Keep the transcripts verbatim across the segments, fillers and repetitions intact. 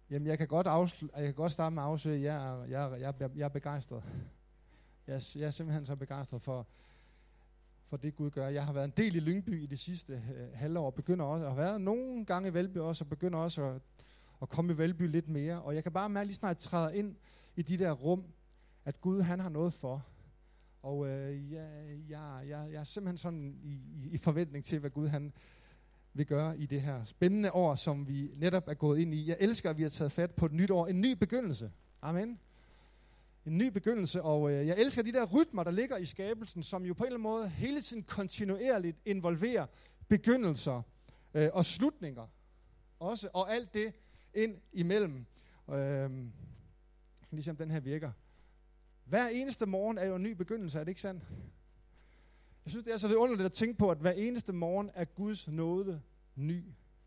Jamen, jeg kan godt, afsl- jeg kan godt starte med at afsøge, jeg er, jeg er, jeg er, jeg er begejstret. Jeg er, jeg er simpelthen så begejstret for, for det, Gud gør. Jeg har været en del i Lyngby i det sidste øh, halvår, og begynder også, og har været nogle gange i Valby også, og begynder også at, at komme i Valby lidt mere. Og jeg kan bare mærke, lige snart jeg træder ind i de der rum, at Gud, han har noget for. Og øh, jeg, jeg, jeg, jeg er simpelthen sådan i, i, i forventning til, hvad Gud, han vil gøre i det her spændende år, som vi netop er gået ind i. Jeg elsker, at vi har taget fat på et nyt år. En ny begyndelse. Amen. En ny begyndelse, og øh, jeg elsker de der rytmer, der ligger i skabelsen, som jo på en eller anden måde hele tiden kontinuerligt involverer begyndelser øh, og slutninger. Også, og alt det ind imellem. Øh, jeg kan lige se, om den her virker. Hver eneste morgen er jo en ny begyndelse, er det ikke sandt? Jeg synes, det er så vidunderligt at tænke på, at hver eneste morgen er Guds nåde ny.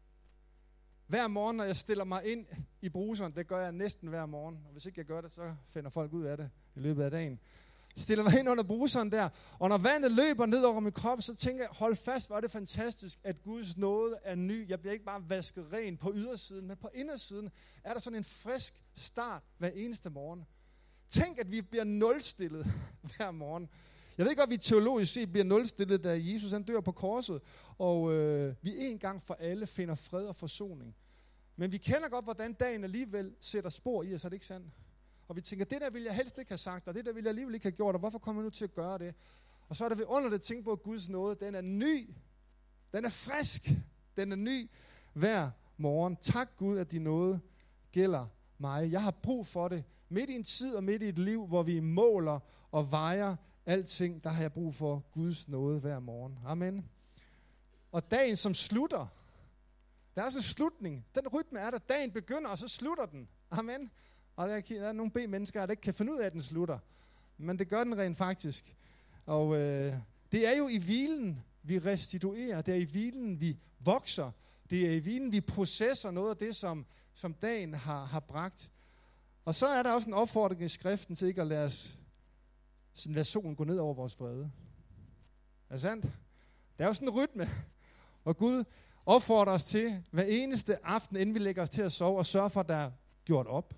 Hver morgen, når jeg stiller mig ind i bruseren, det gør jeg næsten hver morgen, og hvis ikke jeg gør det, så finder folk ud af det i løbet af dagen. Jeg stiller mig ind under bruseren der, og når vandet løber ned over min krop, så tænker jeg, hold fast, hvor er det fantastisk, at Guds nåde er ny. Jeg bliver ikke bare vasket ren på ydersiden, men på indersiden er der sådan en frisk start hver eneste morgen. Tænk, at vi bliver nulstillet hver morgen. Jeg ved godt, at vi teologisk set bliver nulstillet, da Jesus han dør på korset, og øh, vi en gang for alle finder fred og forsoning. Men vi kender godt, hvordan dagen alligevel sætter spor i os, er det ikke sandt? Og vi tænker, det der ville jeg helst ikke have sagt, og det der ville jeg alligevel ikke have gjort, og hvorfor kommer jeg nu til at gøre det? Og så er det vidunderligt at tænke på, at Guds nåde, den er ny, den er frisk, den er ny hver morgen. Tak Gud, at din nåde gælder mig. Jeg har brug for det. Midt i en tid og midt i et liv, hvor vi måler og vejer alting, der har jeg brug for Guds nåde hver morgen. Amen. Og dagen som slutter, der er sådan en slutning. Den rytme er der. Dagen begynder, og så slutter den. Amen. Og der er, der er nogle B-mennesker, der ikke kan finde ud af, at den slutter. Men det gør den rent faktisk. Og øh, det er jo i hvilen, vi restituerer. Det er i hvilen, vi vokser. Det er i hvilen, vi processer noget af det, som, som dagen har, har bragt. Og så er der også en opfordring i skriften til ikke at lade os lade solen gå ned over vores vrede. Er det sandt? Der er jo sådan en rytme, hvor Gud opfordrer os til hver eneste aften, inden vi lægger os til at sove, og sørge for, at der er gjort op.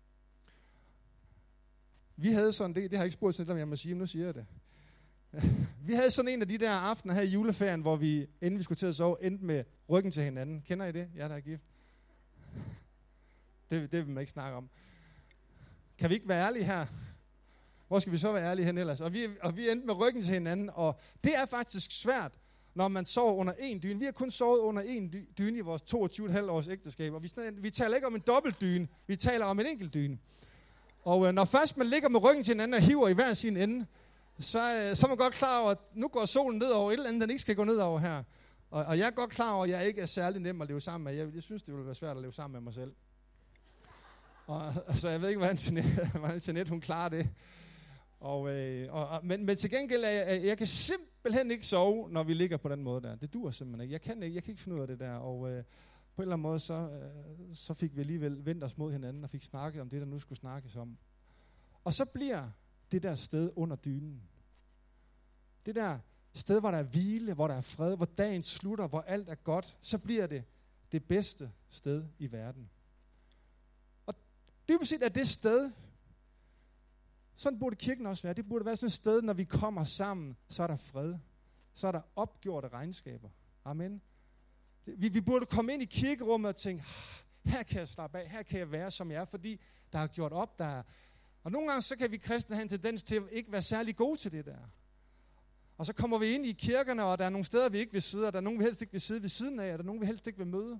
Vi havde sådan, det, det har jeg ikke spurgt til, om jeg må sige, men nu siger jeg det. Vi havde sådan en af de der aftener her i juleferien, hvor vi, inden vi skulle til at sove, endte med ryggen til hinanden. Kender I det? Jeg der er gift. Det, det vil man ikke snakke om. Kan vi ikke være ærlige her? Hvor skal vi så være ærlige hen ellers? Og vi, og vi endte med ryggen til hinanden, og det er faktisk svært, når man sover under en dyne. Vi har kun sovet under en dyne i vores toogtyve komma fem års ægteskab, og vi, vi taler ikke om en dobbelt dyne, vi taler om en enkelt dyne. Og øh, når først man ligger med ryggen til hinanden og hiver i hver sin ende, så, øh, så er man godt klar over, at nu går solen ned over et eller andet, den ikke skal gå ned over her. Og, og jeg er godt klar over, at jeg ikke er særlig nem at leve sammen med. Jeg, jeg synes, det ville være svært at leve sammen med mig selv. Og, så jeg ved ikke, hvordan Jeanette, hvordan Jeanette hun klarer det. Og, øh, og, men, men til gengæld, er jeg, jeg kan simpelthen ikke sove, når vi ligger på den måde der. Det dur simpelthen ikke. Jeg kan ikke, jeg kan ikke finde ud af det der. Og øh, på en eller anden måde, så, øh, så fik vi alligevel vendt os mod hinanden og fik snakket om det, der nu skulle snakkes om. Og så bliver det der sted under dynen. Det der sted, hvor der er hvile, hvor der er fred, hvor dagen slutter, hvor alt er godt, så bliver det det bedste sted i verden. Og dybest set er det sted, sådan burde kirken også være. Det burde være sådan et sted, når vi kommer sammen, så er der fred. Så er der opgjorte regnskaber. Amen. Vi, vi burde komme ind i kirkerummet og tænke, her kan jeg slappe af, her kan jeg være, som jeg er, fordi der er gjort op, der er. Og nogle gange så kan vi kristne have en tendens til at ikke være særlig gode til det der. Og så kommer vi ind i kirkerne, og der er nogle steder, vi ikke vil sidde, og der er nogen, vi helst ikke vil sidde ved siden af, og der er nogen, vi helst ikke vil møde.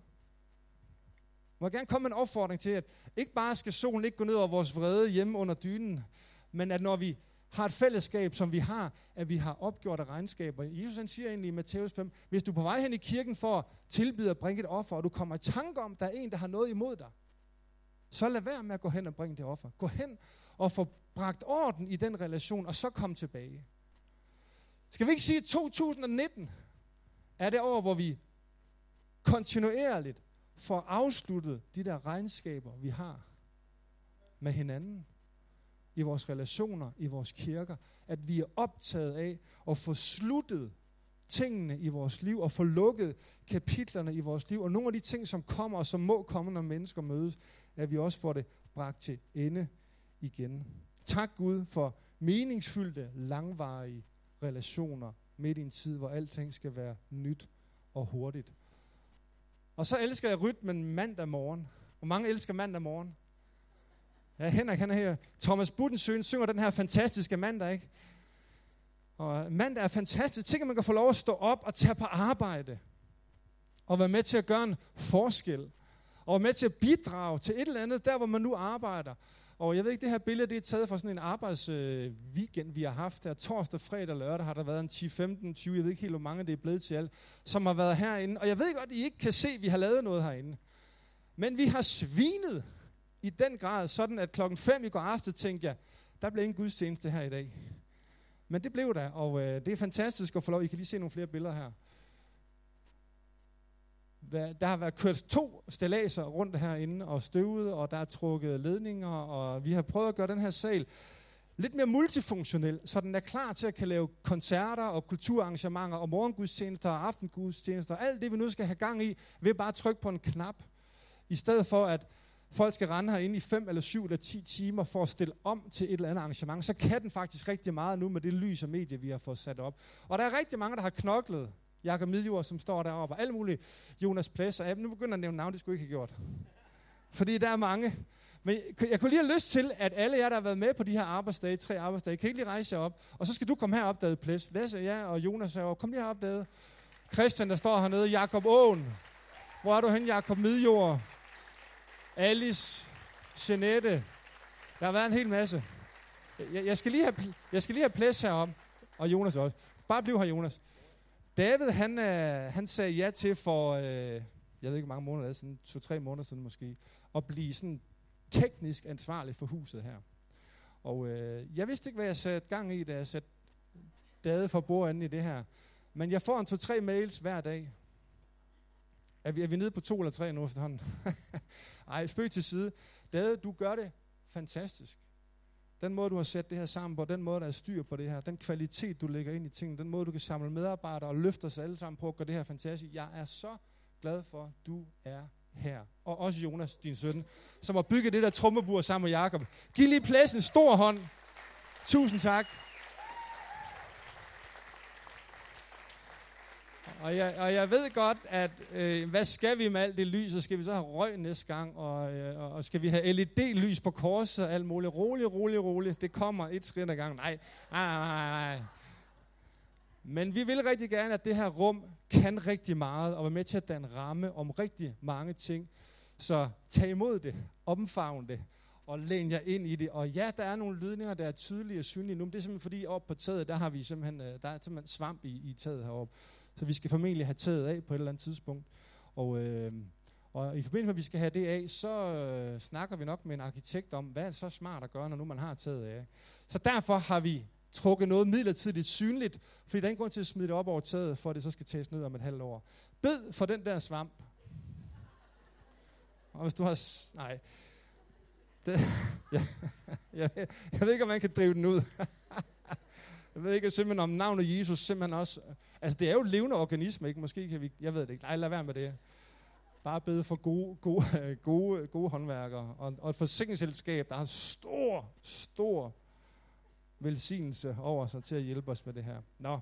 Må jeg gerne komme med en opfordring til, at ikke bare skal solen ikke gå ned over vores vrede hjemme under dynen, men at når vi har et fællesskab, som vi har, at vi har opgjorte regnskaber. Jesus han siger egentlig i Matthæus fem, hvis du er på vej hen i kirken for at tilbyde og bringe et offer, og du kommer i tanke om, at der er en, der har noget imod dig, så lad være med at gå hen og bringe det offer. Gå hen og få bragt orden i den relation, og så kom tilbage. Skal vi ikke sige, at to tusind nitten er det år, hvor vi kontinuerligt får afsluttet de der regnskaber, vi har med hinanden, i vores relationer, i vores kirker, at vi er optaget af at få sluttet tingene i vores liv, og få lukket kapitlerne i vores liv, og nogle af de ting, som kommer, og som må komme, når mennesker mødes, at vi også får det bragt til ende igen. Tak Gud for meningsfyldte, langvarige relationer midt i en tid, hvor alting skal være nyt og hurtigt. Og så elsker jeg rytmen mandag morgen. Hvor mange elsker mandag morgen? Ja, Henrik, han er her. Thomas Buttensøen synger den her fantastiske mandag, ikke? Og mandag er fantastisk. Tænk, at man kan få lov at stå op og tage på arbejde. Og være med til at gøre en forskel. Og være med til at bidrage til et eller andet, der hvor man nu arbejder. Og jeg ved ikke, det her billede, det er taget fra sådan en arbejdsweekend, øh, vi har haft her. Torsdag, fredag og lørdag har der været en ti, femten, tyve, jeg ved ikke helt, hvor mange det er blevet til alt, som har været herinde. Og jeg ved godt, I ikke kan se, at vi har lavet noget herinde. Men vi har svinet i den grad, sådan at klokken fem i går aften tænkte jeg, der blev ingen gudstjeneste her i dag. Men det blev der, og øh, det er fantastisk at få lov. I kan lige se nogle flere billeder her. Der har været kørt to stilladser rundt herinde og støvet, og der er trukket ledninger, og vi har prøvet at gøre den her sal lidt mere multifunktionel, så den er klar til at kan lave koncerter og kulturarrangementer og morgengudstjenester og aftengudstjenester og alt det, vi nu skal have gang i, ved bare at trykke på en knap, i stedet for at folk skal rende herinde i fem eller syv eller ti timer for at stille om til et eller andet arrangement, så kan den faktisk rigtig meget nu med det lys og medie, vi har fået sat op. Og der er rigtig mange, der har knoklet. Jakob Midjord, som står deroppe, og alle mulige Jonas Plæs, og jeg nu begynder at nævne navn, det skulle jeg ikke have gjort. Fordi der er mange. Men jeg kunne lige have lyst til, at alle jer, der har været med på de her arbejdsdage, tre arbejdsdage, kan ikke lige rejse jer op, og så skal du komme herop, David Plæs. Lasse, ja, og Jonas er kom lige herop, David. Christian, der står hernede. Jakob Åen. Hvor er du hen, Jakob Midjord? Alice. Jeanette. Der har været en hel masse. Jeg, jeg, skal, lige have, jeg skal lige have Plæs herop, og Jonas også. Bare bliv her, Jonas. David, han, øh, han sagde ja til for, øh, jeg ved ikke, hvor mange måneder siden, to-tre måneder siden måske, at blive sådan teknisk ansvarlig for huset her. Og øh, jeg vidste ikke, hvad jeg satte gang i, da jeg satte David for bordenden i det her. Men jeg får en to-tre mails hver dag. Er vi, er vi nede på to eller tre nu efterhånden? Ej, spøg til side. David, du gør det fantastisk. Den måde, du har sat det her sammen på, den måde, der er styr på det her, den kvalitet, du lægger ind i tingene, den måde, du kan samle medarbejdere og løfte os alle sammen på at gøre det her fantastisk. Jeg er så glad for, at du er her. Og også Jonas, din søn, som har bygget det der trommebur sammen med Jakob. Giv lige Plæs en stor hånd. Tusind tak. Og jeg, og jeg ved godt, at øh, hvad skal vi med alt det lys, og skal vi så have røg næste gang, og, øh, og skal vi have L E D-lys på korset og alt muligt. Rolig, rolig, rolig. Det kommer et skridt ad gang. Nej, nej, nej, nej. Men vi vil rigtig gerne, at det her rum kan rigtig meget, og være med til at danne ramme om rigtig mange ting. Så tag imod det, omfavn det, og læn jer ind i det. Og ja, der er nogle ledninger, der er tydelige og synlige nu, men det er simpelthen fordi, oppe på taget, der har vi simpelthen, der er simpelthen svamp i, i taget heroppe. Så vi skal formentlig have taget af på et eller andet tidspunkt. Og, øh, og i forbindelse med, at vi skal have det af, så øh, snakker vi nok med en arkitekt om, hvad er så smart at gøre, når nu man har taget af. Så derfor har vi trukket noget midlertidigt synligt, fordi der er ingen grund til at smide det op over taget, for at det så skal tages ned om et halvt år. Bed for den der svamp. Og hvis du har... S- nej. Det, ja, jeg, jeg ved ikke, om man kan drive den ud. Jeg ved ikke simpelthen om navnet Jesus simpelthen også... Altså, det er jo levende organisme, ikke? Måske kan vi... Jeg ved det ikke. Nej, lad være med det. Bare bede for gode, gode, gode, gode håndværkere. Og, og et forsikringsselskab, der har stor, stor velsignelse over sig til at hjælpe os med det her. Nå.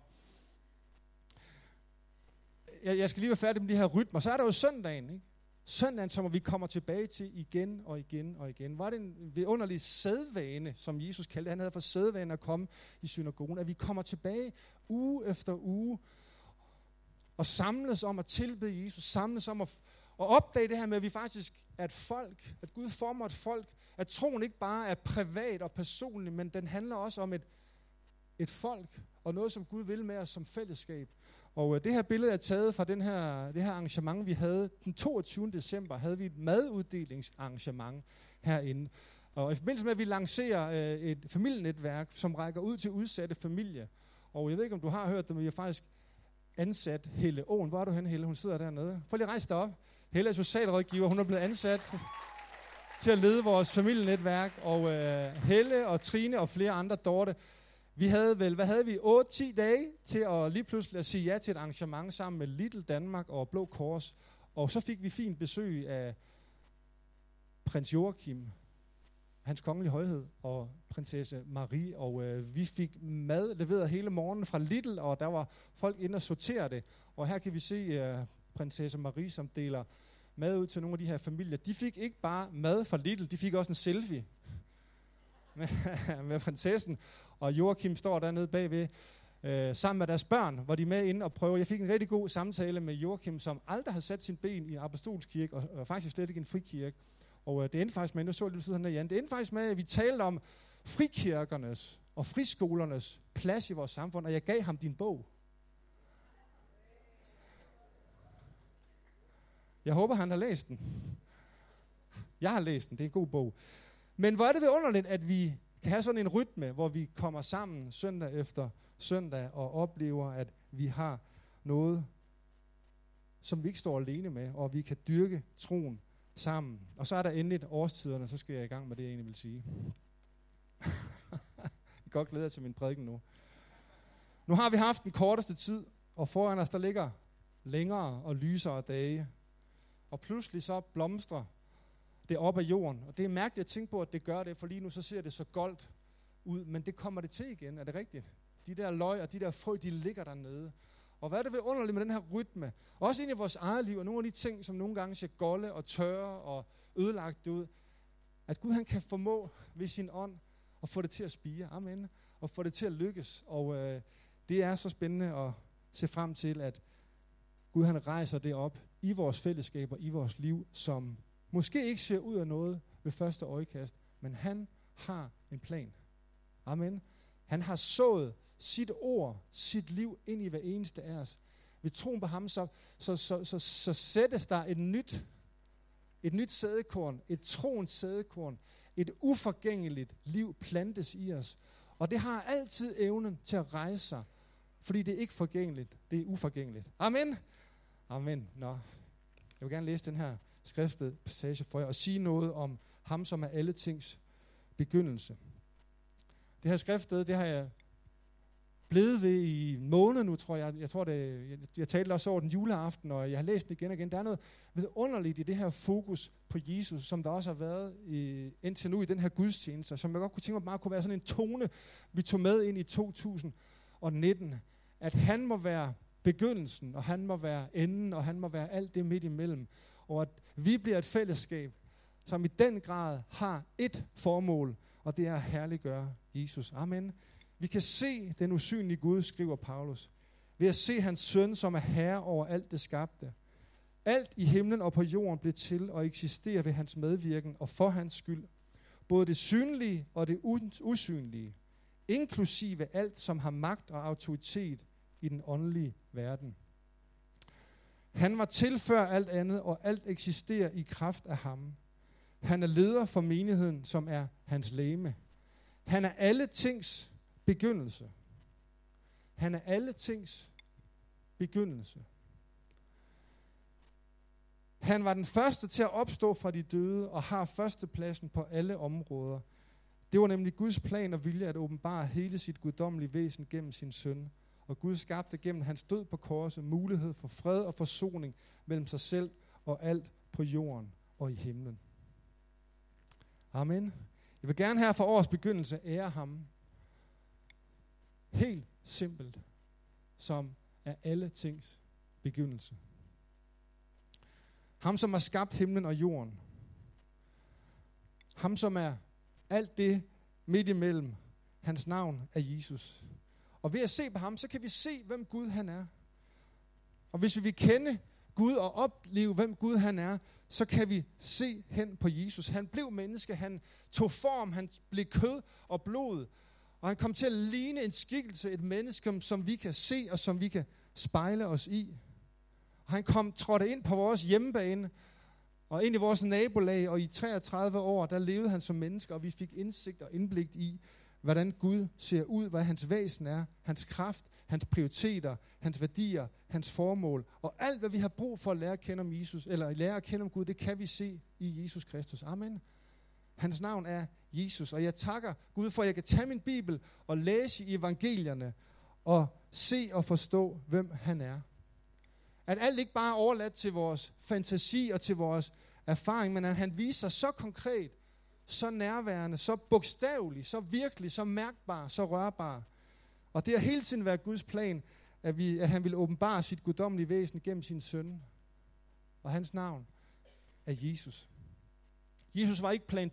Jeg, jeg skal lige være færdig med de her rytmer. Så er der jo søndagen, ikke? Søndagen, som vi kommer tilbage til igen og igen og igen. Var det en vidunderlig sædvane, som Jesus kaldte det? Han havde for sædvane at komme i synagogen. At vi kommer tilbage uge efter uge og samles om at tilbede Jesus. Samles om at, at opdage det her med, at vi faktisk er et folk. At Gud former et folk. At troen ikke bare er privat og personlig, men den handler også om et, et folk. Og noget, som Gud vil med os som fællesskab. Og øh, det her billede er taget fra den her, det her arrangement, vi havde den toogtyvende december, havde vi et maduddelingsarrangement herinde. Og i forbindelse med, at vi lancerer øh, et familienetværk, som rækker ud til udsatte familier. Og jeg ved ikke, om du har hørt det, men vi har faktisk ansat Helle Åen. Hvor er du henne, Helle? Hun sidder dernede. Prøv lige at rejse dig op. Helle er socialrådgiver. Hun er blevet ansat til at lede vores familienetværk. Og øh, Helle og Trine og flere andre, Dorte, Vi havde vel, hvad havde vi, otte til ti dage til at lige pludselig at sige ja til et arrangement sammen med Little Danmark og Blå Kors. Og så fik vi fint besøg af prins Joachim, hans kongelige højhed, og prinsesse Marie. Og øh, vi fik mad leveret hele morgenen fra Little, og der var folk inde og sortere det. Og her kan vi se øh, prinsesse Marie, som deler mad ud til nogle af de her familier. De fik ikke bare mad fra Little, de fik også en selfie med, med prinsessen. Og Joachim står dernede bagved, øh, sammen med deres børn, hvor de er med inde og prøver. Jeg fik en rigtig god samtale med Joachim, som aldrig har sat sin ben i en apostolsk kirke, og, og faktisk slet ikke en frikirke. Og øh, det endte faktisk med, nu så jeg lidt siden der, Jan, det endte faktisk med, at vi talte om frikirkernes og friskolernes plads i vores samfund, og jeg gav ham din bog. Jeg håber, han har læst den. Jeg har læst den, det er en god bog. Men hvor er det vidunderligt, at vi kan have sådan en rytme, hvor vi kommer sammen søndag efter søndag og oplever, at vi har noget, som vi ikke står alene med, og vi kan dyrke troen sammen. Og så er der endelig årstiderne, så skal jeg i gang med det, jeg egentlig vil sige. Jeg kan godt glæde jer til min prædiken nu. Nu har vi haft den korteste tid, og foran os der ligger længere og lysere dage. Og pludselig så blomstrer det op af jorden. Og det er mærkeligt at tænke på, at det gør det, for lige nu så ser det så goldt ud, men det kommer det til igen. Er det rigtigt? De der løg og de der frø, de ligger dernede. Og hvad er det ved underligt med den her rytme? Også ind i vores eget liv, og nogle af de ting, som nogle gange ser golde og tørre og ødelagt ud, at Gud han kan formå ved sin ånd at få det til at spire. Amen. Og få det til at lykkes. Og øh, det er så spændende at se frem til, at Gud han rejser det op i vores fællesskaber, i vores liv, som måske ikke ser ud af noget ved første øjekast, men han har en plan. Amen. Han har sået sit ord, sit liv ind i hver eneste af os. Ved troen på ham, så, så, så, så, så sættes der et nyt, et nyt sædekorn, et troens sædekorn, et uforgængeligt liv plantes i os. Og det har altid evnen til at rejse sig, fordi det er ikke forgængeligt, det er uforgængeligt. Amen. Amen. Nå. Jeg vil gerne læse den her skriftede passage for jer og sige noget om ham, som er alle tings begyndelse. Det her skriftsted, det har jeg blevet ved i en måned nu, tror jeg. Jeg tror det, jeg, jeg talte også over den juleaften, og jeg har læst den igen og igen. Der er noget vidunderligt i det her fokus på Jesus, som der også har været i, indtil nu i den her gudstjeneste, som jeg godt kunne tænke mig bare kunne være sådan en tone, vi tog med ind i to tusind nitten. At han må være begyndelsen, og han må være enden, og han må være alt det midt imellem. Og at vi bliver et fællesskab, som i den grad har et formål, og det er at herliggøre Jesus. Amen. Vi kan se den usynlige Gud, skriver Paulus, ved at se hans søn, som er herre over alt det skabte. Alt i himlen og på jorden blev til og eksisterer ved hans medvirken og for hans skyld. Både det synlige og det usynlige, inklusive alt, som har magt og autoritet i den åndelige verden. Han var til før alt andet, og alt eksisterer i kraft af ham. Han er leder for menigheden, som er hans legeme. Han er alle tings begyndelse. Han er alle tings begyndelse. Han var den første til at opstå fra de døde og har førstepladsen på alle områder. Det var nemlig Guds plan og vilje at åbenbare hele sit guddommelige væsen gennem sin søn. Og Gud skabte gennem hans død på korset mulighed for fred og forsoning mellem sig selv og alt på jorden og i himlen. Amen. Jeg vil gerne her fra årets begyndelse ære ham. Helt simpelt, som er alle tings begyndelse. Ham, som har skabt himlen og jorden. Ham, som er alt det midt imellem. Hans navn er Jesus. Og ved at se på ham, så kan vi se, hvem Gud han er. Og hvis vi vil kende Gud og opleve, hvem Gud han er, så kan vi se hen på Jesus. Han blev menneske, han tog form, han blev kød og blod. Og han kom til at ligne en skikkelse, et menneske, som vi kan se og som vi kan spejle os i. Og han kom, trådte ind på vores hjemmebane og ind i vores nabolag, og i treogtredive år, der levede han som menneske, og vi fik indsigt og indblik i, hvordan Gud ser ud, hvad hans væsen er, hans kraft, hans prioriteter, hans værdier, hans formål, og alt, hvad vi har brug for at lære at kende om Jesus, eller lære at kende om Gud, det kan vi se i Jesus Kristus. Amen. Hans navn er Jesus, og jeg takker Gud for, at jeg kan tage min bibel og læse i evangelierne og se og forstå, hvem han er. At alt ikke bare er overladt til vores fantasi og til vores erfaring, men at han viser så konkret, så nærværende, så bogstavelig, så virkelig, så mærkbar, så rørbar. Og det har hele tiden været Guds plan, at, vi, at han vil åbenbare sit guddommelige væsen gennem sin søn. Og hans navn er Jesus. Jesus var ikke plan B.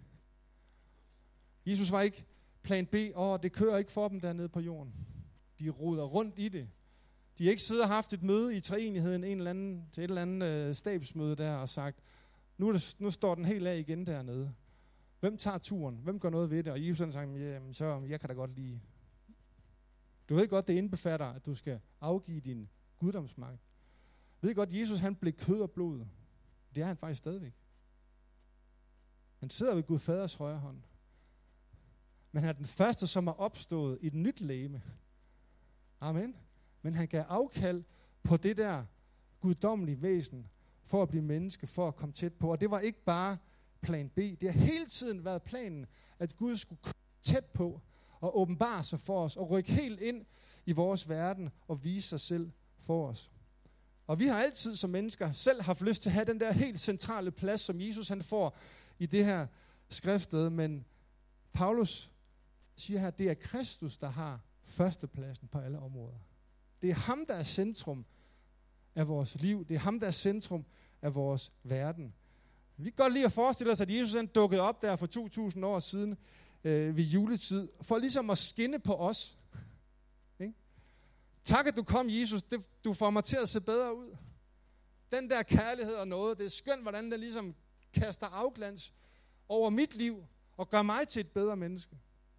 Jesus var ikke plan B, og det kører ikke for dem dernede på jorden. De roder rundt i det. De har ikke siddet og haft et møde i treenigheden en eller anden, til et eller andet øh, stabsmøde der og sagt, nu, det, nu står den helt af igen dernede. Hvem tager turen? Hvem gør noget ved det? Og Jesus har sagt, jamen, så jeg kan da godt lide. Du ved godt, det indbefatter, at du skal afgive din guddomsmagt. Du ved godt, Jesus han blev kød og blod. Det er han faktisk stadigvæk. Han sidder ved Gud Faders højre hånd. Men han er den første, som er opstået i et nyt legeme. Amen. Men han gav afkald på det der guddommelige væsen, for at blive menneske, for at komme tæt på. Og det var ikke bare plan B. Det har hele tiden været planen, at Gud skulle komme tæt på og åbenbare sig for os, og rykke helt ind i vores verden og vise sig selv for os. Og vi har altid som mennesker selv haft lyst til at have den der helt centrale plads, som Jesus han får i det her skriftsted, men Paulus siger her, at det er Kristus, der har førstepladsen på alle områder. Det er ham, der er centrum af vores liv. Det er ham, der er centrum af vores verden. Vi kan godt lide at forestille os, at Jesus han dukkede op der for to tusind år siden øh, ved juletid, for ligesom at skinne på os. Ikke? Tak, at du kom, Jesus. Det, du får mig til at se bedre ud. Den der kærlighed og noget, det er skønt, hvordan det ligesom kaster afglans over mit liv og gør mig til et bedre menneske.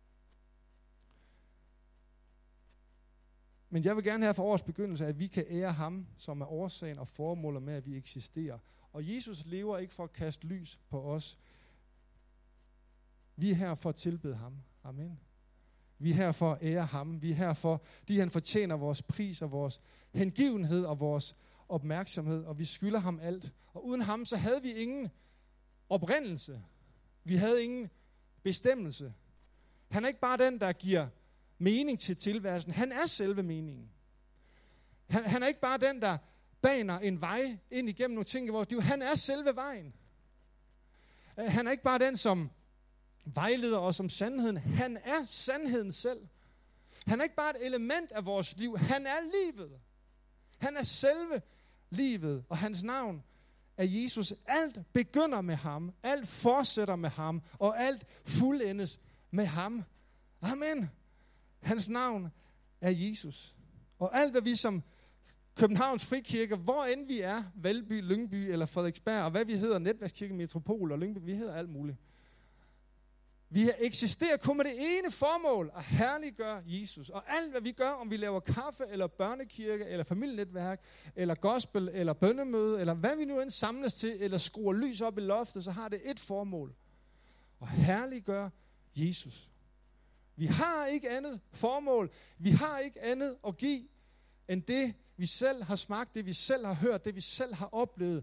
Men jeg vil gerne have for årets begyndelse, at vi kan ære ham, som er årsagen og formålet med, at vi eksisterer. Og Jesus lever ikke for at kaste lys på os. Vi er her for at tilbede ham. Amen. Vi er her for at ære ham. Vi er her for, fordi han fortjener vores pris og vores hengivenhed og vores opmærksomhed, og vi skylder ham alt. Og uden ham, så havde vi ingen oprindelse. Vi havde ingen bestemmelse. Han er ikke bare den, der giver mening til tilværelsen. Han er selve meningen. Han, han er ikke bare den, der baner en vej ind igennem nogle ting i vores liv. Han er selve vejen. Han er ikke bare den, som vejleder os om sandheden. Han er sandheden selv. Han er ikke bare et element af vores liv. Han er livet. Han er selve livet, og hans navn er Jesus. Alt begynder med ham. Alt fortsætter med ham, og alt fuldendes med ham. Amen. Hans navn er Jesus. Og alt, hvad vi som Københavns Frikirke, hvor end vi er, Valby, Lyngby eller Frederiksberg, og hvad vi hedder, Netværkskirke, Metropol og Lyngby, vi hedder alt muligt. Vi eksisterer kun med det ene formål, at herliggøre Jesus. Og alt, hvad vi gør, om vi laver kaffe, eller børnekirke, eller familienetværk, eller gospel, eller bønnemøde, eller hvad vi nu end samles til, eller skruer lys op i loftet, så har det et formål. At herliggøre Jesus. Vi har ikke andet formål. Vi har ikke andet at give, end det, vi selv har smagt, det vi selv har hørt, det vi selv har oplevet.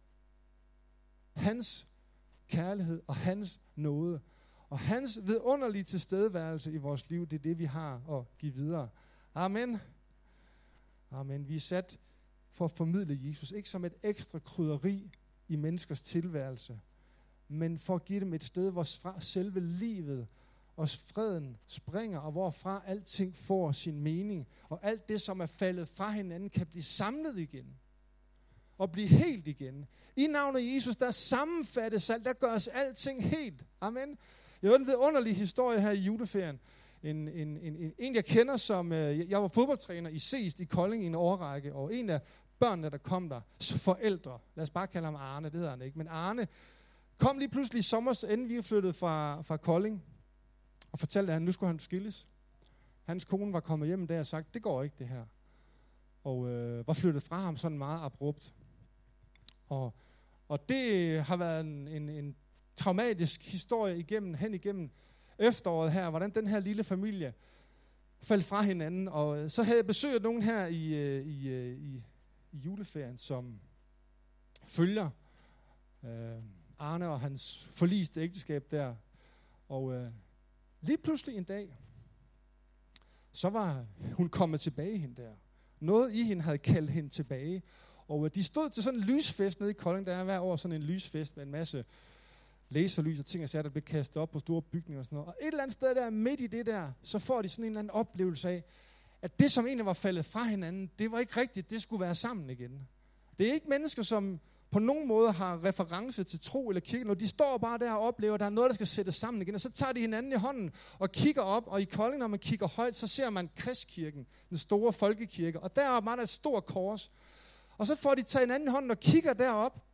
Hans kærlighed og hans nåde. Og hans vidunderlige tilstedeværelse i vores liv, det er det, vi har at give videre. Amen. Amen. Vi er sat for at formidle Jesus, ikke som et ekstra krydderi i menneskers tilværelse, men for at give dem et sted, hvor fra selve livet og freden springer, og hvorfra alting får sin mening, og alt det, som er faldet fra hinanden, kan blive samlet igen, og blive helt igen. I navnet Jesus, der sammenfattes alt, der gøres alting helt. Amen. Jeg hørte en vidunderlig historie her i juleferien. En, en, en, en, en jeg kender, som, øh, jeg var fodboldtræner i Seest i Kolding i en årrække, og en af børnene, der kom der, forældre, lad os bare kalde ham Arne, det hedder han ikke, men Arne kom lige pludselig i sommer, inden vi flyttede fra, fra Kolding, og fortalte, at han, nu skulle han skilles. Hans kone var kommet hjem en dag og sagt, det går ikke det her. Og øh, var flyttet fra ham sådan meget abrupt. Og, og det har været en, en, en traumatisk historie igennem, hen igennem efteråret her, hvordan den her lille familie faldt fra hinanden. Og så havde jeg besøg af nogen her i, i, i, i juleferien, som følger øh, Arne og hans forliste ægteskab der. Og øh, lige pludselig en dag, så var hun kommet tilbage hende der. Noget i hende havde kaldt hende tilbage. Og øh, de stod til sådan en lysfest nede i Kolding. Der er hver år sådan en lysfest med en masse laserlys og ting og sager, der bliver kastet op på store bygninger og sådan noget. Og et eller andet sted der, midt i det der, så får de sådan en eller anden oplevelse af, at det, som egentlig var faldet fra hinanden, det var ikke rigtigt, det skulle være sammen igen. Det er ikke mennesker, som på nogen måde har reference til tro eller kirke, når de står bare der og oplever, at der er noget, der skal sættes sammen igen, og så tager de hinanden i hånden og kigger op, og i Kolding, når man kigger højt, så ser man Kristkirken, den store folkekirke, og deroppe var der et stort kors. Og så får de taget hinanden i hånden og kigger derop,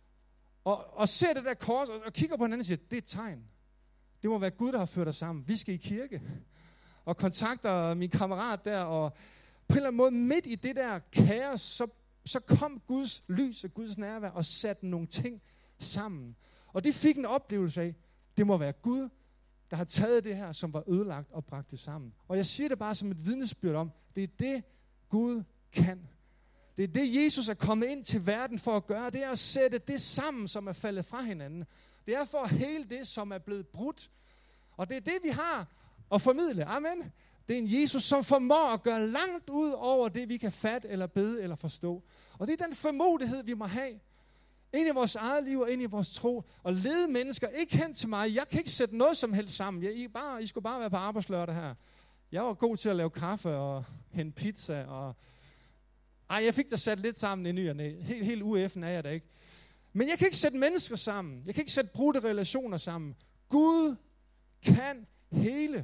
og, og ser det der kors, og, og kigger på hinanden og siger, det er et tegn. Det må være Gud, der har ført os sammen. Vi skal i kirke. Og kontakter min kammerat der, og på en eller anden måde midt i det der kaos, så, så kom Guds lys og Guds nærvær og satte nogle ting sammen. Og de fik en oplevelse af, det må være Gud, der har taget det her, som var ødelagt og bragt det sammen. Og jeg siger det bare som et vidnesbyrd om, det er det, Gud kan. Det er det, Jesus er kommet ind til verden for at gøre. Det er at sætte det sammen, som er faldet fra hinanden. Det er for at hele det, som er blevet brudt. Og det er det, vi har at formidle. Amen. Det er en Jesus, som formår at gøre langt ud over det, vi kan fatte eller bede eller forstå. Og det er den frimodighed, vi må have. Ind i vores eget liv og ind i vores tro. Og lede mennesker ikke hen til mig. Jeg kan ikke sætte noget som helst sammen. Jeg, I, bare, I skulle bare være på arbejdslørdag her. Jeg var god til at lave kaffe og hente pizza. Og ej, jeg fik da sat lidt sammen i ny og næ. Helt, helt U F'en er jeg da ikke. Men jeg kan ikke sætte mennesker sammen. Jeg kan ikke sætte brudte relationer sammen. Gud kan hele.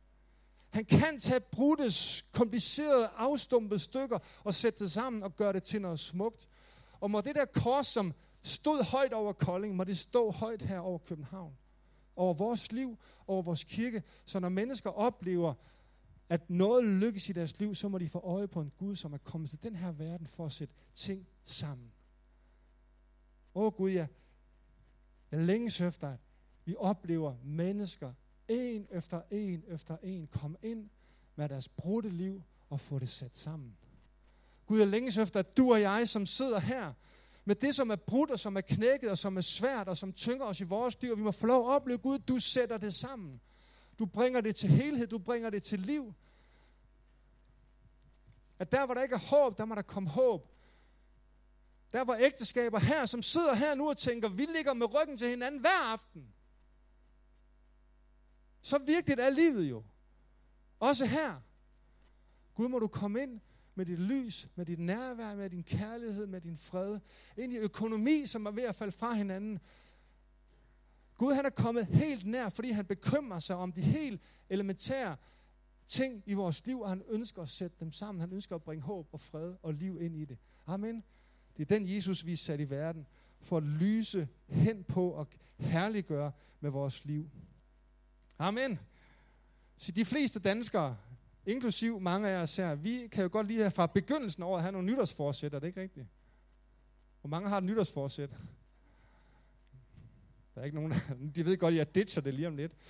Han kan tage brudtes, komplicerede, afstumpede stykker og sætte det sammen og gøre det til noget smukt. Og må det der kors, som stod højt over Kolding, må det stå højt her over København. Over vores liv, over vores kirke. Så når mennesker oplever, at noget lykkes i deres liv, så må de få øje på en Gud, som er kommet til den her verden for at sætte ting sammen. Åh Gud, ja. Jeg længes efter, at vi oplever mennesker, en efter en efter en, komme ind med deres brudte liv og få det sat sammen. Gud, jeg længes efter, at du og jeg, som sidder her, med det, som er brudt og som er knækket og som er svært og som tynger os i vores liv, og vi må få lov at opleve, Gud, du sætter det sammen. Du bringer det til helhed, du bringer det til liv. At der, hvor der ikke er håb, der må der komme håb. Der var ægteskaber her, som sidder her nu og tænker, vi ligger med ryggen til hinanden hver aften. Så vigtigt er livet jo. Også her. Gud, må du komme ind med dit lys, med dit nærvær, med din kærlighed, med din fred. Ind i økonomi, som er ved at falde fra hinanden. Gud, han er kommet helt nær, fordi han bekymrer sig om de helt elementære ting i vores liv, og han ønsker at sætte dem sammen. Han ønsker at bringe håb og fred og liv ind i det. Amen. Det er den Jesus, vi er sat i verden, for at lyse hen på og herliggøre med vores liv. Amen. Så de fleste danskere, inklusiv mange af os her, vi kan jo godt lide fra begyndelsen over at have nogle nytårsforsæt, er det ikke rigtigt? Hvor mange har et nytårsforsæt? Der er ikke nogen, der, de ved godt, at jeg ditcher det lige om lidt.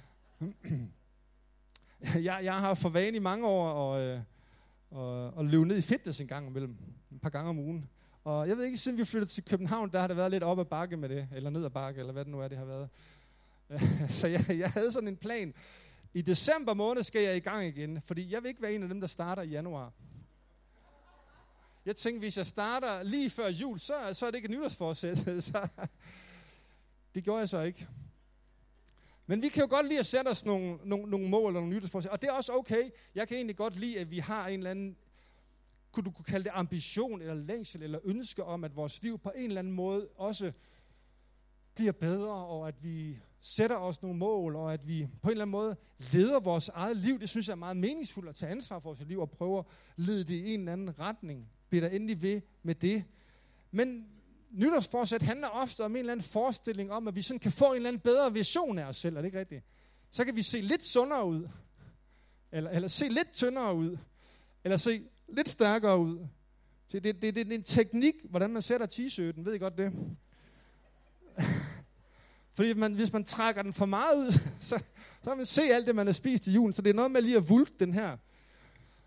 jeg, jeg har for vane i mange år at, at, at løbe ned i fitness en gang imellem, et par gange om ugen. Og jeg ved ikke, siden vi flyttede til København, der har det været lidt op ad bakke med det, eller ned ad bakke, eller hvad det nu er, det har været. Så jeg, jeg havde sådan en plan. I december måned skal jeg i gang igen, fordi jeg vil ikke være en af dem, der starter i januar. Jeg tænkte, hvis jeg starter lige før jul, så, så er det ikke et nytårsforsæt. Så det gjorde jeg så ikke. Men vi kan jo godt lide at sætte os nogle, nogle, nogle mål og nogle nytårsforsæt, og det er også okay. Jeg kan egentlig godt lide, at vi har en eller anden, kunne du kunne kalde det ambition, eller længsel, eller ønske om, at vores liv på en eller anden måde også bliver bedre, og at vi sætter os nogle mål, og at vi på en eller anden måde leder vores eget liv. Det synes jeg er meget meningsfuldt at tage ansvar for vores liv, og prøve at lede det i en eller anden retning. Bliv der endelig ved med det. Men nytårsforsæt handler ofte om en eller anden forestilling om, at vi sådan kan få en eller anden bedre vision af os selv. Er det ikke rigtigt? Så kan vi se lidt sundere ud. Eller, eller se lidt tyndere ud. Eller se lidt stærkere ud. Det, det, det, det er en teknik, hvordan man sætter t-shirten. Ved I godt det? Fordi man, hvis man trækker den for meget ud, så, så kan man se alt det, man har spist i julen. Så det er noget med lige at vulke den her.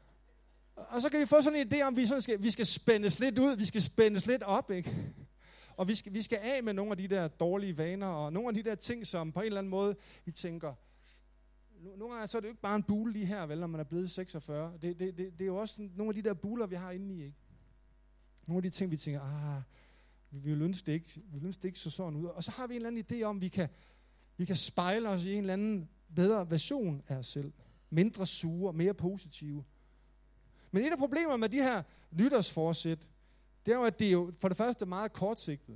Og så kan vi få sådan en idé om, at vi, sådan skal, vi skal spændes lidt ud, vi skal spændes lidt op, ikke? Og vi skal, vi skal af med nogle af de der dårlige vaner, og nogle af de der ting, som på en eller anden måde, vi tænker, nogle gange så er det jo ikke bare en bule lige her, vel, når man er blevet seksogfyrre. Det, det, det, det er jo også sådan, nogle af de der buler, vi har inde i, ikke? Nogle af de ting, vi tænker, ah, vi vil ønske det ikke, vi vil ønske det ikke så sådan ud. Og så har vi en eller anden idé om, at vi kan, vi kan spejle os i en eller anden bedre version af os selv. Mindre sure, mere positive. Men et af problemerne med de her nytårsforsæt, det er jo, at det er jo for det første meget kortsigtet.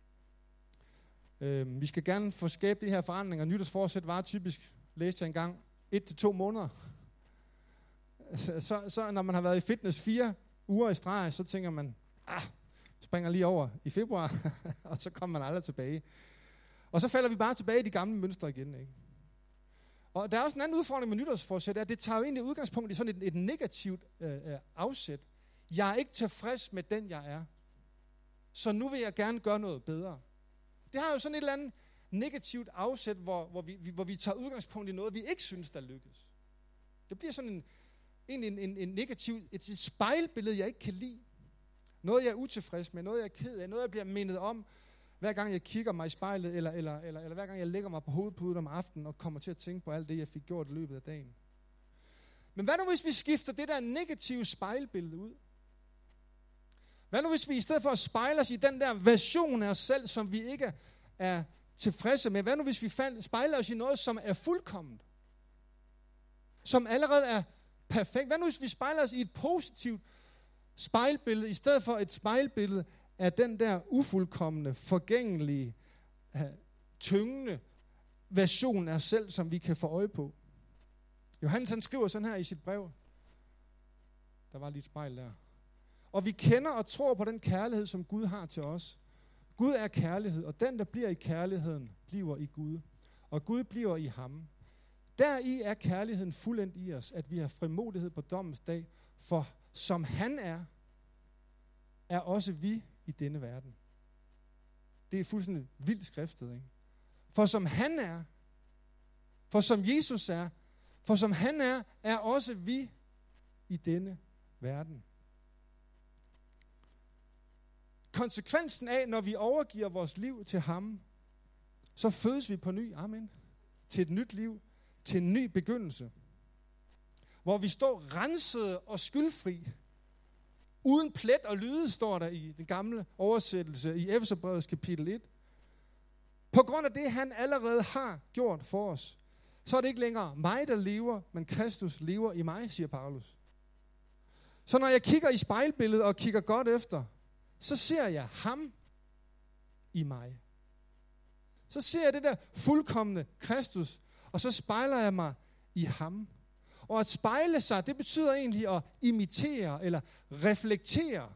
Øh, vi skal gerne få skabt de her forandringer. Nytårsforsæt var typisk, læste jeg engang, et til to måneder. Så, så, så når man har været i fitness fire uger i streg, så tænker man, ah, springer lige over i februar, og så kommer man aldrig tilbage. Og så falder vi bare tilbage i de gamle mønstre igen, ikke? Og der er også en anden udfordring med nytårsforsæt, at det tager jo egentlig udgangspunkt i sådan et, et negativt øh, afsæt. Jeg er ikke tilfreds med den, jeg er. Så nu vil jeg gerne gøre noget bedre. Det har jo sådan et eller andet negativt afsæt, hvor, hvor, vi, hvor vi tager udgangspunkt i noget, vi ikke synes, der lykkes. Det bliver sådan en, en, en, en negativ, et, et spejlbillede, jeg ikke kan lide. Noget, jeg er utilfreds med, noget, jeg er ked af, noget, jeg bliver mindet om, hver gang jeg kigger mig i spejlet, eller, eller, eller, eller hver gang jeg lægger mig på hovedpuden om aftenen, og kommer til at tænke på alt det, jeg fik gjort i løbet af dagen. Men hvad nu, hvis vi skifter det der negative spejlbillede ud? Hvad nu, hvis vi i stedet for at spejle os i den der version af os selv, som vi ikke er tilfredse med? Hvad nu, hvis vi spejler os i noget, som er fuldkomment? Som allerede er perfekt? Hvad nu, hvis vi spejler os i et positivt spejlbillede, i stedet for et spejlbillede af den der ufuldkomne, forgængelige, tyngende version af os selv, som vi kan få øje på? Johannes han skriver sådan her i sit brev. Der var lige et spejl der. Og vi kender og tror på den kærlighed, som Gud har til os. Gud er kærlighed, og den, der bliver i kærligheden, bliver i Gud. Og Gud bliver i ham. Deri er kærligheden fuldendt i os, at vi har frimodighed på dommens dag, for som han er, er også vi i denne verden. Det er fuldstændig vildt skriftet, ikke? For som han er, for som Jesus er, for som han er, er også vi i denne verden. Konsekvensen af, når vi overgiver vores liv til ham, så fødes vi på ny, amen, til et nyt liv, til en ny begyndelse, hvor vi står rensede og skyldfri, uden plet og lyde, står der i den gamle oversættelse i Efeserbrevets kapitel et. På grund af det, han allerede har gjort for os, så er det ikke længere mig, der lever, men Kristus lever i mig, siger Paulus. Så når jeg kigger i spejlbilledet og kigger godt efter, så ser jeg ham i mig. Så ser jeg det der fuldkomne Kristus, og så spejler jeg mig i ham. Og at spejle sig, det betyder egentlig at imitere eller reflektere.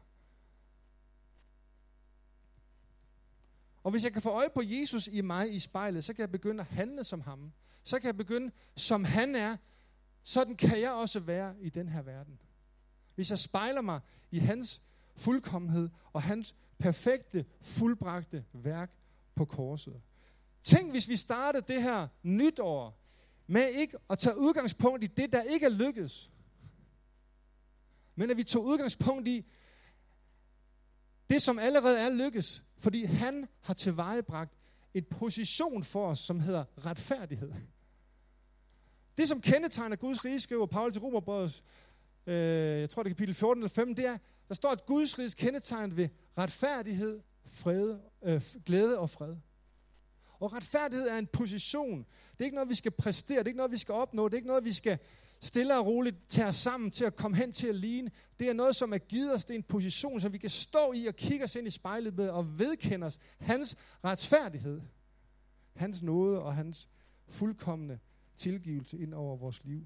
Og hvis jeg kan få øje på Jesus i mig i spejlet, så kan jeg begynde at handle som ham. Så kan jeg begynde, som han er, sådan kan jeg også være i den her verden. Hvis jeg spejler mig i hans fuldkommenhed og hans perfekte, fuldbragte værk på korset. Tænk, hvis vi starter det her nytår med ikke at tage udgangspunkt i det, der ikke er lykkes, men at vi tog udgangspunkt i det, som allerede er lykkes, fordi han har tilvejebragt en position for os, som hedder retfærdighed. Det, som kendetegner Guds rige, skriver Paulus til Romerbrevet, øh, jeg tror det er kapitel fjorten eller femten, det er, der står, at Guds rige kendetegnet ved retfærdighed, fred, øh, glæde og fred. Og retfærdighed er en position. Det er ikke noget, vi skal præstere. Det er ikke noget, vi skal opnå. Det er ikke noget, vi skal stille og roligt tage os sammen til at komme hen til at ligne. Det er noget, som er givet os. Det er en position, som vi kan stå i og kigge os ind i spejlet med og vedkende os hans retfærdighed. Hans nåde og hans fuldkomne tilgivelse ind over vores liv.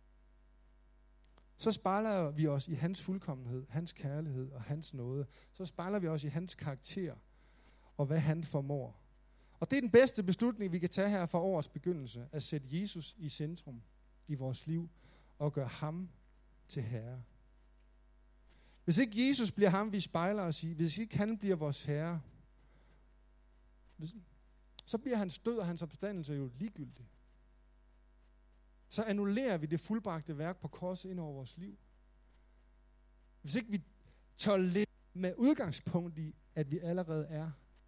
Så spejler vi os i hans fuldkommenhed, hans kærlighed og hans nåde. Så spejler vi os i hans karakter og hvad han formår. Og det er den bedste beslutning, vi kan tage her fra årets begyndelse, at sætte Jesus i centrum i vores liv og gøre ham til herre. Hvis ikke Jesus bliver ham, vi spejler os i, hvis ikke han bliver vores herre, så bliver hans død og hans opstandelse jo ligegyldig. Så annullerer vi det fuldbragte værk på korset ind over vores liv. Hvis ikke vi tør leve med udgangspunkt i, at vi allerede er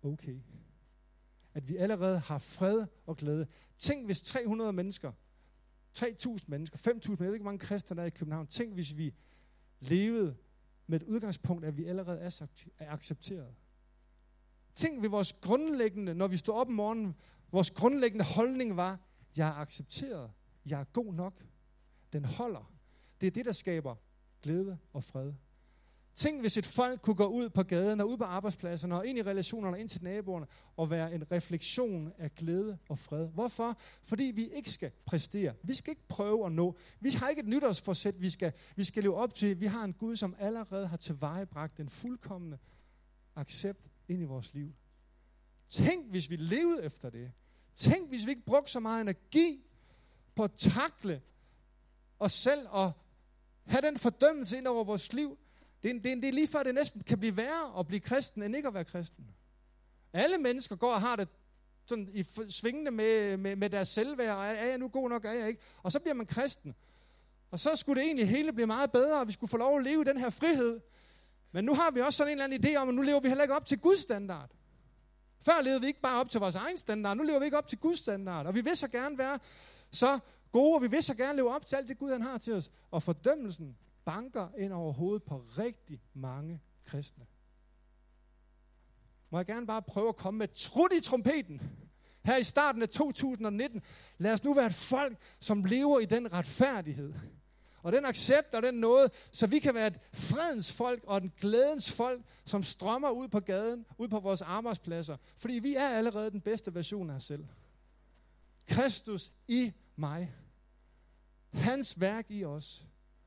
okay. At vi allerede har fred og glæde. Tænk, hvis tre hundrede mennesker, tre tusind mennesker, fem tusind, jeg ved ikke, hvor mange kristne der er i København. Tænk, hvis vi levede med et udgangspunkt, at vi allerede er accepteret. Tænk ved vores grundlæggende, når vi står op om morgenen, vores grundlæggende holdning var, jeg er accepteret, jeg er god nok, den holder. Det er det, der skaber glæde og fred. Tænk, hvis et folk kunne gå ud på gaden og ud på arbejdspladserne og ind i relationerne og ind til naboerne og være en refleksion af glæde og fred. Hvorfor? Fordi vi ikke skal præstere. Vi skal ikke prøve at nå. Vi har ikke et nytårsforsæt, vi skal, vi skal leve op til. Vi har en Gud, som allerede har tilvejebragt den fuldkomne accept ind i vores liv. Tænk, hvis vi levede efter det. Tænk, hvis vi ikke brugte så meget energi på at takle os selv og have den fordømmelse ind over vores liv. Det er, det, er, det er lige før, det næsten kan blive værre at blive kristen, end ikke at være kristen. Alle mennesker går og har det sådan i svingende med, med, med deres selvværd, og er, er jeg nu god nok, er jeg ikke? Og så bliver man kristen. Og så skulle det egentlig hele blive meget bedre, og vi skulle få lov at leve i den her frihed. Men nu har vi også sådan en eller anden idé om, at nu lever vi heller ikke op til Guds standard. Før levede vi ikke bare op til vores egen standard, nu lever vi ikke op til Guds standard. Og vi vil så gerne være så gode, og vi vil så gerne leve op til alt det Gud han har til os. Og fordømmelsen banker ind over hovedet på rigtig mange kristne. Må jeg gerne bare prøve at komme med trut i trompeten. Her i starten af to tusind nitten. Lad os nu være et folk, som lever i den retfærdighed. Og den accept og den nåde, så vi kan være et fredens folk og en glædens folk, som strømmer ud på gaden, ud på vores arbejdspladser. Fordi vi er allerede den bedste version af os selv. Kristus i mig. Hans værk i os.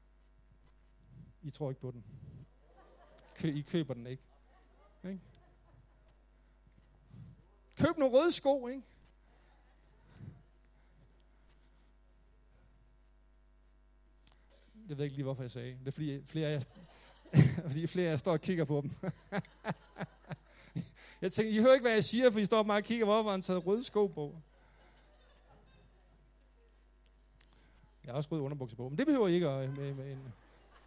I tror ikke på den. I køber den ikke. ikke? Køb nogle røde sko, ikke? Jeg ved ikke lige, hvorfor jeg sagde. Det er fordi flere af jer, fordi flere af jer står og kigger på dem. Jeg tænker, I hører ikke, hvad jeg siger, for I står bare og kigger, hvorfor han tager røde sko på. Jeg har også røde underbukser på, men det behøver I ikke at med, med en.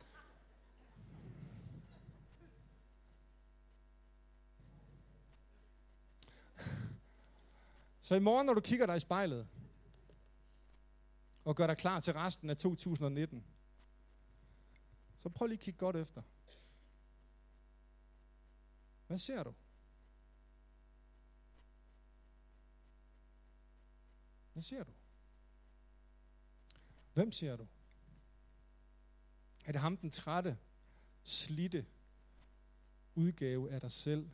Så i morgen, når du kigger dig i spejlet, og gør dig klar til resten af to tusind nitten, så prøv lige at kigge godt efter. Hvad ser du? Hvad ser du? Hvem ser du? Er det ham, den trætte, slidte udgave af dig selv?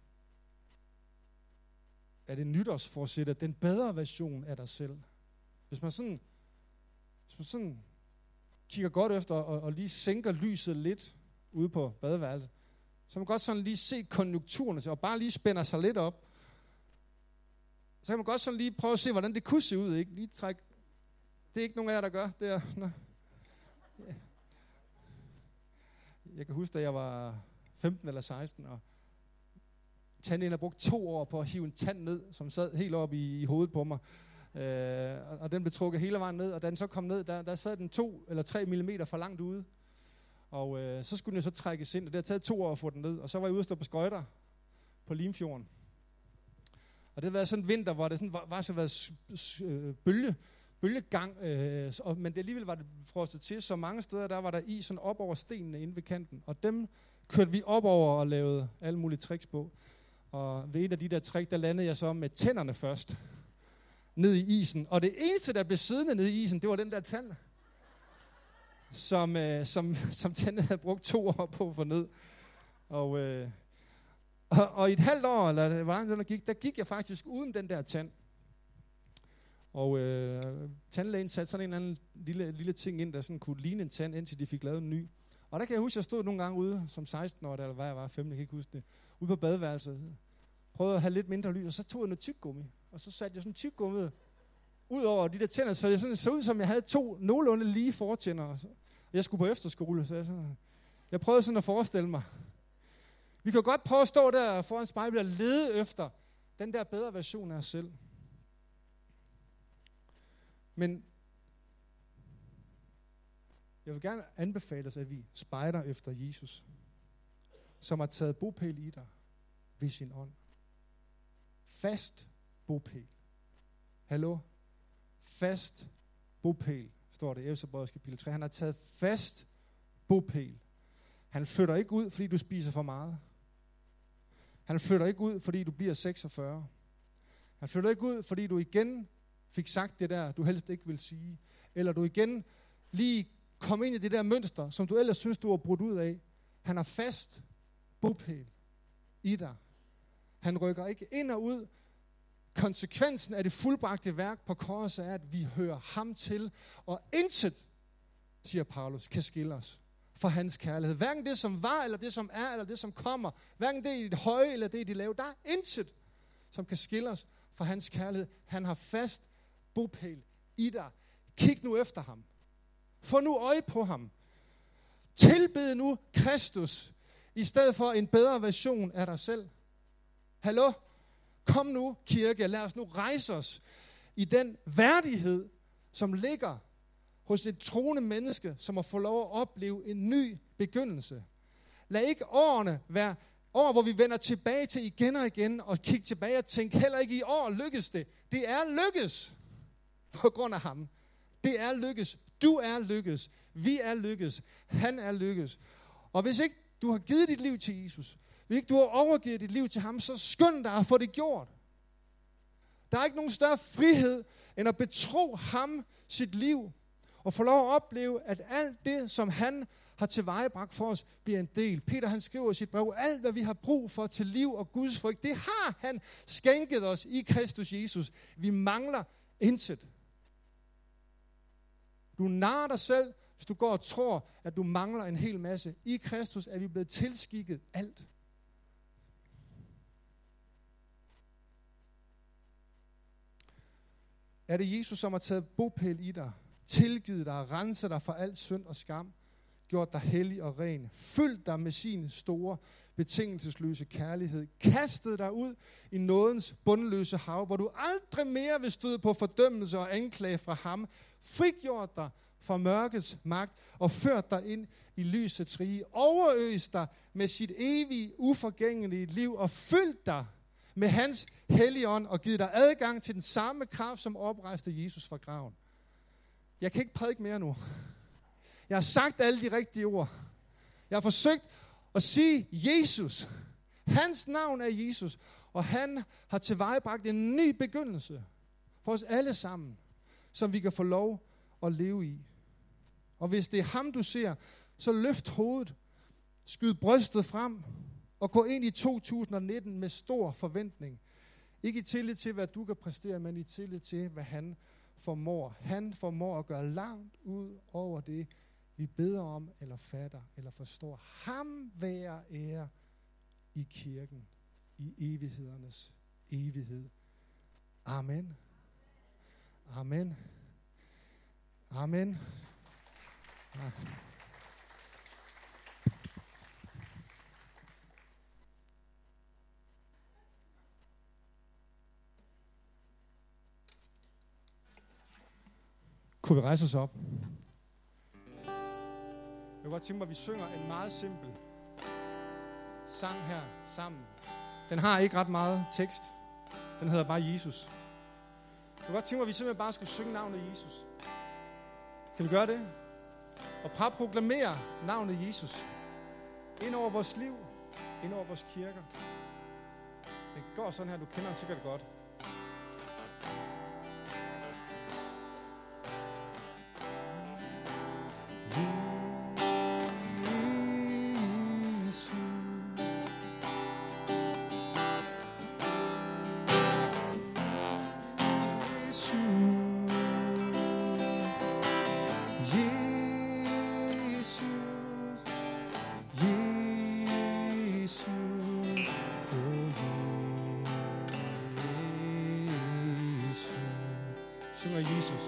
Er det nytårsforsættet, den bedre version af dig selv? Hvis man sådan, hvis man sådan kigger godt efter og, og lige sænker lyset lidt ude på badeværelset, så kan man godt sådan lige se konjunkturerne og bare lige spænder sig lidt op. Så kan man godt sådan lige prøve at se, hvordan det kunne se ud. Ikke? Lige træk. Det er ikke nogen af jer, der gør. Det er, nå. Ja. Jeg kan huske, da jeg var femten eller seksten, og tandlægen har brugt to år på at hive en tand ned, som sad helt oppe i, i hovedet på mig. Øh, og, og den blev trukket hele vejen ned, og da den så kom ned, der, der sad den to eller tre millimeter for langt ude. Og øh, så skulle den så trækkes ind, og det har taget to år at få den ned. Og så var jeg ude og stå på skøjter på Limfjorden. Og det har været sådan en vinter, hvor det sådan var, var så været bølge, bølgegang, øh, og, men det alligevel var det frostet til, så mange steder der var der is sådan op over stenene inde ved kanten. Og dem kørte vi op over og lavede alle mulige tricks på. Og ved et af de der trick, der landede jeg så med tænderne først ned i isen. Og det eneste, der blev siddende ned i isen, det var den der tand, som, øh, som, som tænden havde brugt to år på at få ned. Og, øh, og, og i et halvt år, eller hvor langt der gik, der gik jeg faktisk uden den der tand. Og øh, tandlægen satte sådan en eller anden lille, lille ting ind, der sådan kunne ligne en tand, indtil de fik lavet en ny. Og der kan jeg huske, at jeg stod nogle gange ude som seksten-årig, eller hvad jeg var, femten, jeg kan ikke huske det, ude på badeværelset, prøvede at have lidt mindre lys, og så tog jeg noget tyggegummi, og så satte jeg sådan tyggegummi ud over de der tænder, så det sådan så ud, som jeg havde to nogenlunde lige fortænder. Og jeg skulle på efterskole, så jeg, sådan, jeg prøvede sådan at forestille mig. Vi kan godt prøve at stå der foran spejlet og lede efter den der bedre version af os selv. Men jeg vil gerne anbefale os, at vi spejder efter Jesus, som har taget bopæl i dig ved sin ånd. fast bopæl. Hallo? Fast bopæl, står det i Efeserbrevet kapitel tre. Han har taget fast bopæl. Han flytter ikke ud, fordi du spiser for meget. Han flytter ikke ud, fordi du bliver seksogfyrre. Han flytter ikke ud, fordi du igen fik sagt det der, du helst ikke vil sige. Eller du igen lige kom ind i det der mønster, som du ellers synes, du har brudt ud af. Han har fast bopæl i dig. Han rykker ikke ind og ud. Konsekvensen af det fuldbragte værk på korset er, at vi hører ham til, og intet, siger Paulus, kan skille os fra hans kærlighed. Hverken det, som var, eller det, som er, eller det, som kommer. Hverken det i det høje, eller det i det lave. Der er intet, som kan skille os fra hans kærlighed. Han har fast bopæl i dig. Kig nu efter ham. Få nu øje på ham. Tilbed nu Kristus, i stedet for en bedre version af dig selv. Hallo? Kom nu, kirke, lad os nu rejse os i den værdighed, som ligger hos et troende menneske, som har fået lov at opleve en ny begyndelse. Lad ikke årene være år, hvor vi vender tilbage til igen og igen, og kigge tilbage og tænke, heller ikke i år lykkes det. Det er lykkes på grund af ham. Det er lykkes. Du er lykkes. Vi er lykkes. Han er lykkes. Og hvis ikke du har givet dit liv til Jesus, hvis ikke du har overgivet dit liv til ham, så skynd dig at få det gjort. Der er ikke nogen større frihed, end at betro ham sit liv, og få lov at opleve, at alt det, som han har tilvejebragt for os, bliver en del. Peter, han skriver i sit brev, alt hvad vi har brug for til liv og Guds frygt, det har han skænket os i Kristus Jesus. Vi mangler intet. Du narrer dig selv, hvis du går og tror, at du mangler en hel masse. I Kristus er vi blevet tilskikket alt. Er det Jesus, som har taget bopæl i dig, tilgivet dig, renset dig fra alt synd og skam, gjort dig hellig og ren, fyldt dig med sin store, betingelsesløse kærlighed, kastet dig ud i nådens bundløse hav, hvor du aldrig mere vil støde på fordømmelse og anklage fra ham, frigjort dig fra mørkets magt og ført dig ind i lysets rige, overøst dig med sit evige, uforgængelige liv og fyldt dig med hans hellige ånd og givet dig adgang til den samme kraft, som oprejste Jesus fra graven. Jeg kan ikke prædike mere nu. Jeg har sagt alle de rigtige ord. Jeg har forsøgt at sige Jesus. Hans navn er Jesus, og han har tilvejebragt en ny begyndelse for os alle sammen, som vi kan få lov at leve i. Og hvis det er ham, du ser, så løft hovedet, skyd brystet frem, og gå ind i to tusind nitten med stor forventning. Ikke i tillid til, hvad du kan præstere, men i tillid til, hvad han formår. Han formår at gøre langt ud over det, vi beder om, eller fatter, eller forstår. Ham være ære i kirken, i evighedernes evighed. Amen. Amen. Amen. Ja. Kunne vi rejse os op? Jeg kunne godt tænke mig, at vi synger en meget simpel sang her sammen. Den har ikke ret meget tekst. Den hedder bare Jesus. Jeg kunne godt tænke mig, at vi simpelthen bare skal synge navnet Jesus. Kan vi gøre det? Og prøve at proklamere navnet Jesus ind over vores liv, ind over vores kirker. Det går sådan her, du kender det sikkert godt. Synger Jesus.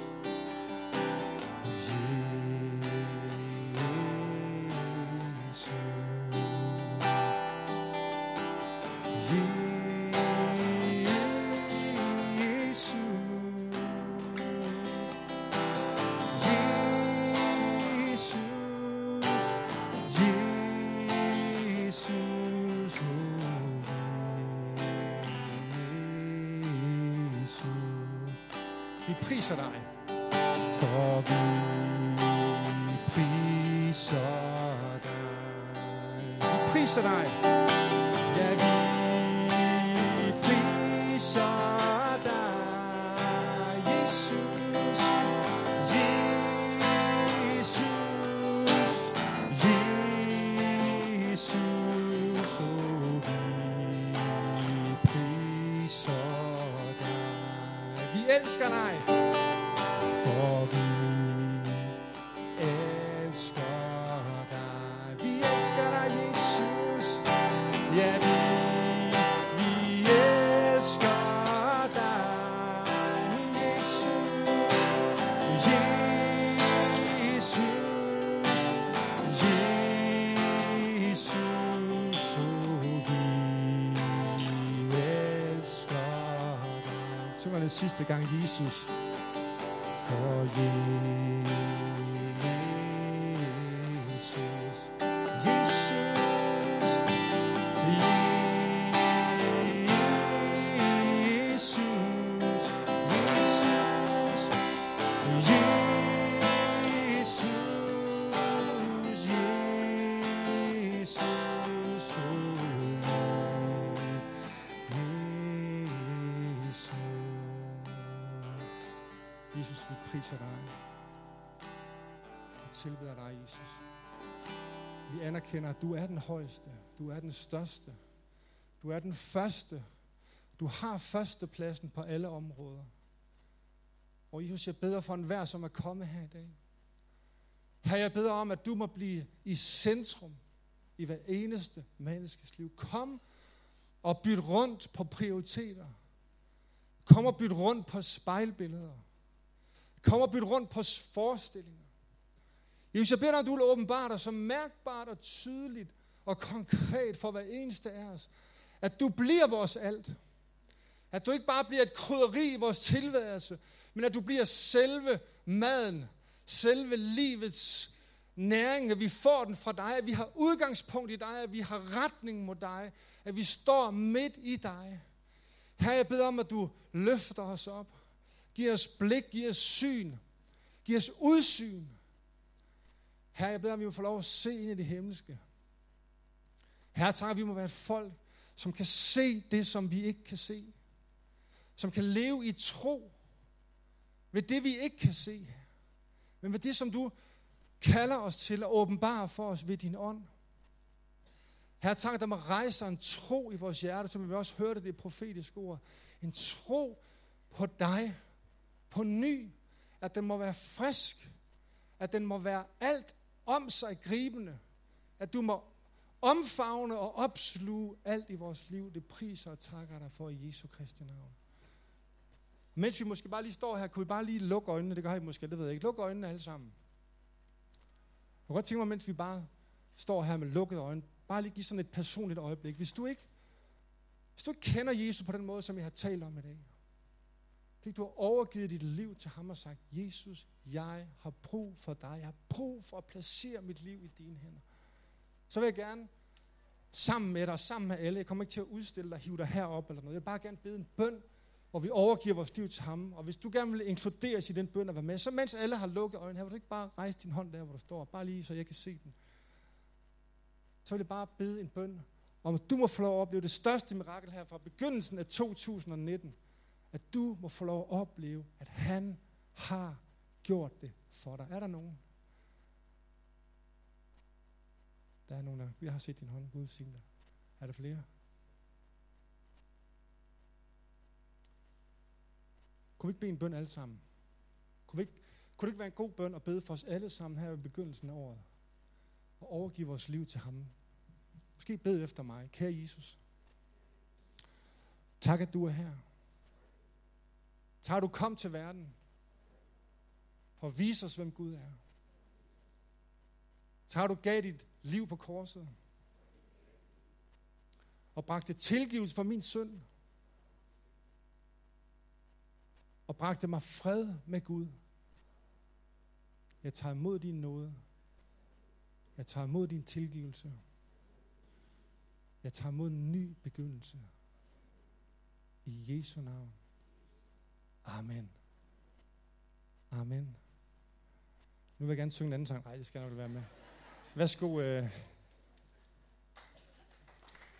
Vi priser dig. For vi priser dig. Vi priser dig. Ja, vi priser dig, Jesus. Jesus. Jesus. Og vi priser dig. Vi elsker dig. For vi elsker dig. Vi elsker dig, Jesus. Ja, vi, vi elsker dig, Jesus. Jesus. Jesus. Og vi elsker dig. Synger den sidste gang, Jesus. For Jesus, Jesus, Jesus, Jesus, Jesus, Jesus, Jesus, vi priser dig. Vi tilbeder dig, Jesus. Vi anerkender, at du er den højeste. Du er den største. Du er den første. Du har førstepladsen på alle områder. Og Jesus, jeg beder for enhver, som er kommet her i dag. Her jeg beder om, at du må blive i centrum i hver eneste menneskes liv. Kom og byt rundt på prioriteter. Kom og byt rundt på spejlbilleder. Kom og byt rundt på forestillinger. Jesus, jeg beder dig, at du vil åbenbare dig så mærkbart og tydeligt og konkret for hver eneste af os. At du bliver vores alt. At du ikke bare bliver et krydderi i vores tilværelse, men at du bliver selve maden, selve livets næring, at vi får den fra dig, at vi har udgangspunkt i dig, at vi har retning mod dig, at vi står midt i dig. Her jeg beder om, at du løfter os op. Giv os blik, giv os syn, giv os udsyn. Herre, jeg beder om, at vi må få lov at se ind i det himmelske. Herre, tak, at vi må være et folk, som kan se det, som vi ikke kan se. Som kan leve i tro ved det, vi ikke kan se. Men ved det, som du kalder os til at åbenbare for os ved din ånd. Herre, tak, at der må rejse en tro i vores hjerte, som vi også hørte det profetiske ord. En tro på dig, på ny, at den må være frisk, at den må være alt om sig gribende, at du må omfavne og opsluge alt i vores liv. Det priser og takker dig for i Jesu Kristi navn. Mens vi måske bare lige står her, kunne vi bare lige lukke øjnene, det gør I måske, det ved jeg ikke. Luk øjnene alle sammen. Jeg kunne godt tænke mig, mens vi bare står her med lukkede øjne, bare lige give sådan et personligt øjeblik. Hvis du ikke, hvis du ikke kender Jesus på den måde, som jeg har talt om i dag, det du har overgivet dit liv til ham og sagt, Jesus, jeg har brug for dig. Jeg har brug for at placere mit liv i dine hænder. Så vil jeg gerne sammen med dig, sammen med alle, jeg kommer ikke til at udstille dig, hive dig herop eller noget. Jeg vil bare gerne bede en bøn, hvor vi overgiver vores liv til ham. Og hvis du gerne vil inkluderes i den bøn og være med, så mens alle har lukket øjnene her, vil du ikke bare rejse din hånd der, hvor du står, bare lige så jeg kan se den. Så vil jeg bare bede en bøn om, at du må få lov at opleve det største mirakel her fra begyndelsen af to tusind nitten. At du må få lov at opleve, at han har gjort det for dig. Er der nogen? Der er nogen, der... Vi har set din hånd. Gud signe dig. Er der flere? Kunne vi ikke bede en bøn alle sammen? Kunne, vi ikke, kunne det ikke være en god bøn at bede for os alle sammen her ved begyndelsen af året? Og overgive vores liv til ham. Måske bed efter mig. Kære Jesus. Tak, at du er her. Tak, at du kom til verden. For at vise os, hvem Gud er. Tak, at du gav dit liv på korset. Og bragte tilgivelse for min synd. Og bragte mig fred med Gud. Jeg tager imod din nåde. Jeg tager imod din tilgivelse. Jeg tager imod en ny begyndelse. I Jesu navn. Amen. Amen. Nu vil jeg gerne synge en anden sang. Nej, det skal jeg nok være med. Værsgo. Øh